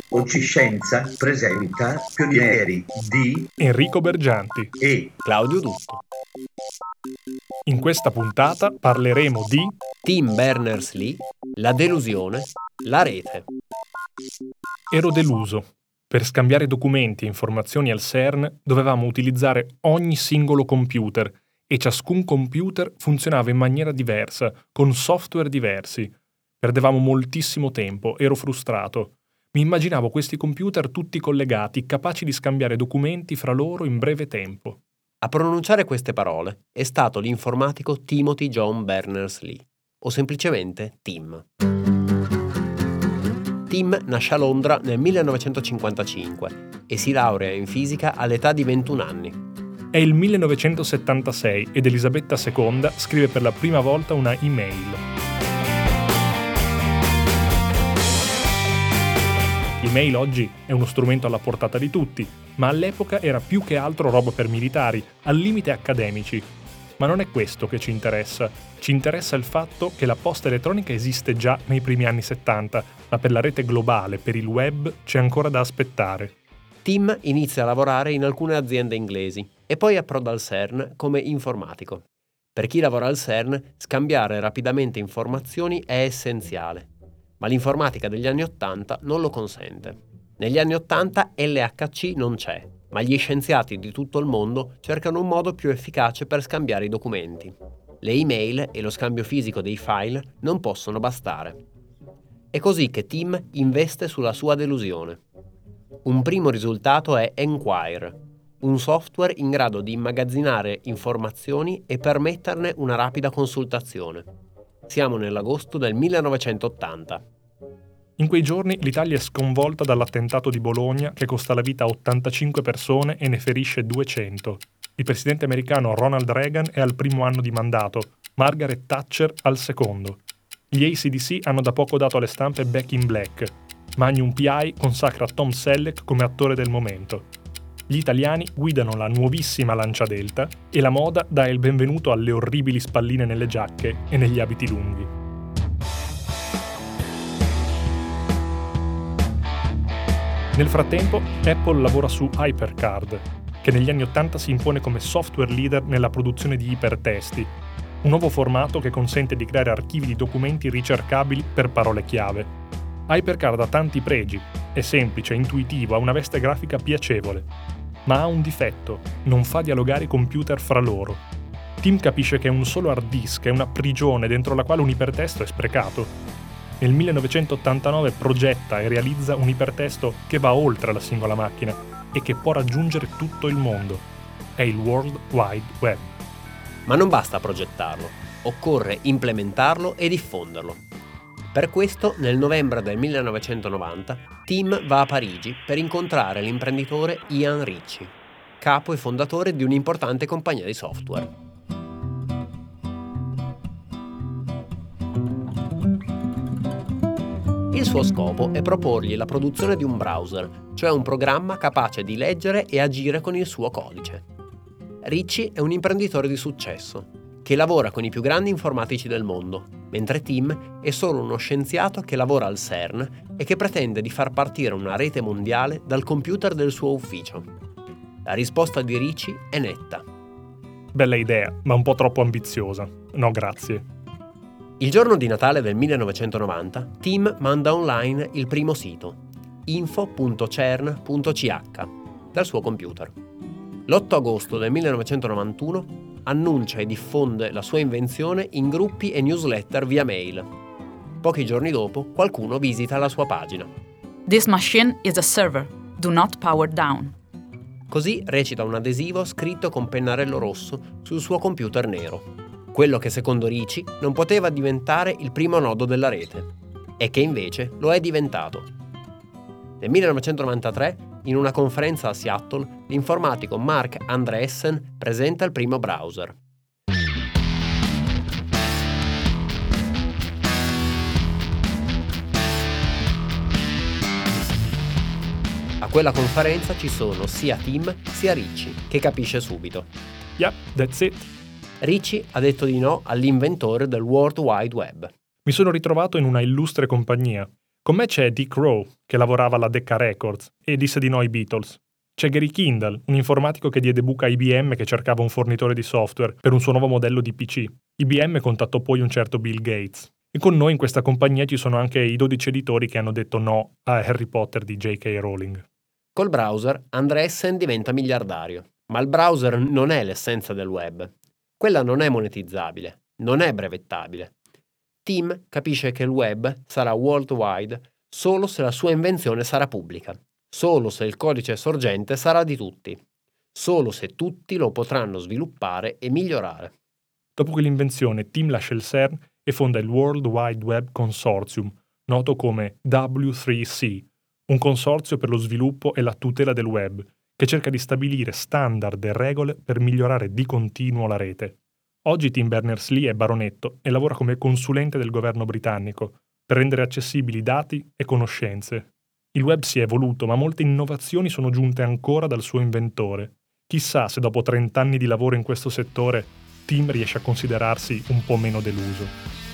Oggi Scienza presenta Pionieri di Enrico Bergianti e Claudio Dutto. In questa puntata parleremo di Tim Berners-Lee, la delusione, la rete. Ero deluso. Per scambiare documenti e informazioni al CERN dovevamo utilizzare ogni singolo computer e ciascun computer funzionava in maniera diversa, con software diversi. Perdevamo moltissimo tempo, ero frustrato. Mi immaginavo questi computer tutti collegati, capaci di scambiare documenti fra loro in breve tempo. A pronunciare queste parole è stato l'informatico Timothy John Berners-Lee, o semplicemente Tim. Tim nasce a Londra nel 1955 e si laurea in fisica all'età di 21 anni. È il 1976 ed Elisabetta II scrive per la prima volta una email. L'email oggi è uno strumento alla portata di tutti, ma all'epoca era più che altro roba per militari, al limite accademici. Ma non è questo che ci interessa. Ci interessa il fatto che la posta elettronica esiste già nei primi anni 70, ma per la rete globale, per il web, c'è ancora da aspettare. Tim inizia a lavorare in alcune aziende inglesi e poi approda al CERN come informatico. Per chi lavora al CERN, scambiare rapidamente informazioni è essenziale. Ma l'informatica degli anni 80 non lo consente. Negli anni 80 LHC non c'è, ma gli scienziati di tutto il mondo cercano un modo più efficace per scambiare i documenti. Le email e lo scambio fisico dei file non possono bastare. È così che Tim investe sulla sua delusione. Un primo risultato è Enquire, un software in grado di immagazzinare informazioni e permetterne una rapida consultazione. Siamo nell'agosto del 1980. In quei giorni l'Italia è sconvolta dall'attentato di Bologna che costa la vita a 85 persone e ne ferisce 200. Il presidente americano Ronald Reagan è al primo anno di mandato, Margaret Thatcher al secondo. Gli AC/DC hanno da poco dato alle stampe Back in Black. Magnum P.I. consacra Tom Selleck come attore del momento. Gli italiani guidano la nuovissima Lancia Delta e la moda dà il benvenuto alle orribili spalline nelle giacche e negli abiti lunghi. Nel frattempo, Apple lavora su HyperCard, che negli anni 80 si impone come software leader nella produzione di ipertesti, un nuovo formato che consente di creare archivi di documenti ricercabili per parole chiave. HyperCard ha tanti pregi, è semplice, intuitivo, ha una veste grafica piacevole. Ma ha un difetto, non fa dialogare i computer fra loro. Tim capisce che un solo hard disk è una prigione dentro la quale un ipertesto è sprecato. Nel 1989 progetta e realizza un ipertesto che va oltre la singola macchina e che può raggiungere tutto il mondo. È il World Wide Web. Ma non basta progettarlo, occorre implementarlo e diffonderlo. Per questo, nel novembre del 1990, Tim va a Parigi per incontrare l'imprenditore Ian Ritchie, capo e fondatore di un'importante compagnia di software. Il suo scopo è proporgli la produzione di un browser, cioè un programma capace di leggere e agire con il suo codice. Ritchie è un imprenditore di successo, che lavora con i più grandi informatici del mondo, mentre Tim è solo uno scienziato che lavora al CERN e che pretende di far partire una rete mondiale dal computer del suo ufficio. La risposta di Ritchie è netta. Bella idea, ma un po' troppo ambiziosa. No, grazie. Il giorno di Natale del 1990, Tim manda online il primo sito, info.cern.ch, dal suo computer. L'8 agosto del 1991 annuncia e diffonde la sua invenzione in gruppi e newsletter via mail. Pochi giorni dopo, qualcuno visita la sua pagina. This machine is a server. Do not power down. Così recita un adesivo scritto con pennarello rosso sul suo computer nero. Quello che secondo Ritchie non poteva diventare il primo nodo della rete, e che invece lo è diventato. Nel 1993, in una conferenza a Seattle, l'informatico Mark Andreessen presenta il primo browser. A quella conferenza ci sono sia Tim sia Ritchie, che capisce subito. Yeah, that's it. Ritchie ha detto di no all'inventore del World Wide Web. Mi sono ritrovato in una illustre compagnia. Con me c'è Dick Rowe, che lavorava alla Decca Records e disse di no ai Beatles. C'è Gary Kindle, un informatico che diede buca a IBM che cercava un fornitore di software per un suo nuovo modello di PC. IBM contattò poi un certo Bill Gates. E con noi in questa compagnia ci sono anche i 12 editori che hanno detto no a Harry Potter di J.K. Rowling. Col browser Andreessen diventa miliardario, ma il browser non è l'essenza del web. Quella non è monetizzabile, non è brevettabile. Tim capisce che il web sarà worldwide solo se la sua invenzione sarà pubblica, solo se il codice sorgente sarà di tutti, solo se tutti lo potranno sviluppare e migliorare. Dopo quell'invenzione, Tim lascia il CERN e fonda il World Wide Web Consortium, noto come W3C, un consorzio per lo sviluppo e la tutela del web, che cerca di stabilire standard e regole per migliorare di continuo la rete. Oggi Tim Berners-Lee è baronetto e lavora come consulente del governo britannico per rendere accessibili dati e conoscenze. Il web si è evoluto, ma molte innovazioni sono giunte ancora dal suo inventore. Chissà se dopo 30 anni di lavoro in questo settore Tim riesce a considerarsi un po' meno deluso.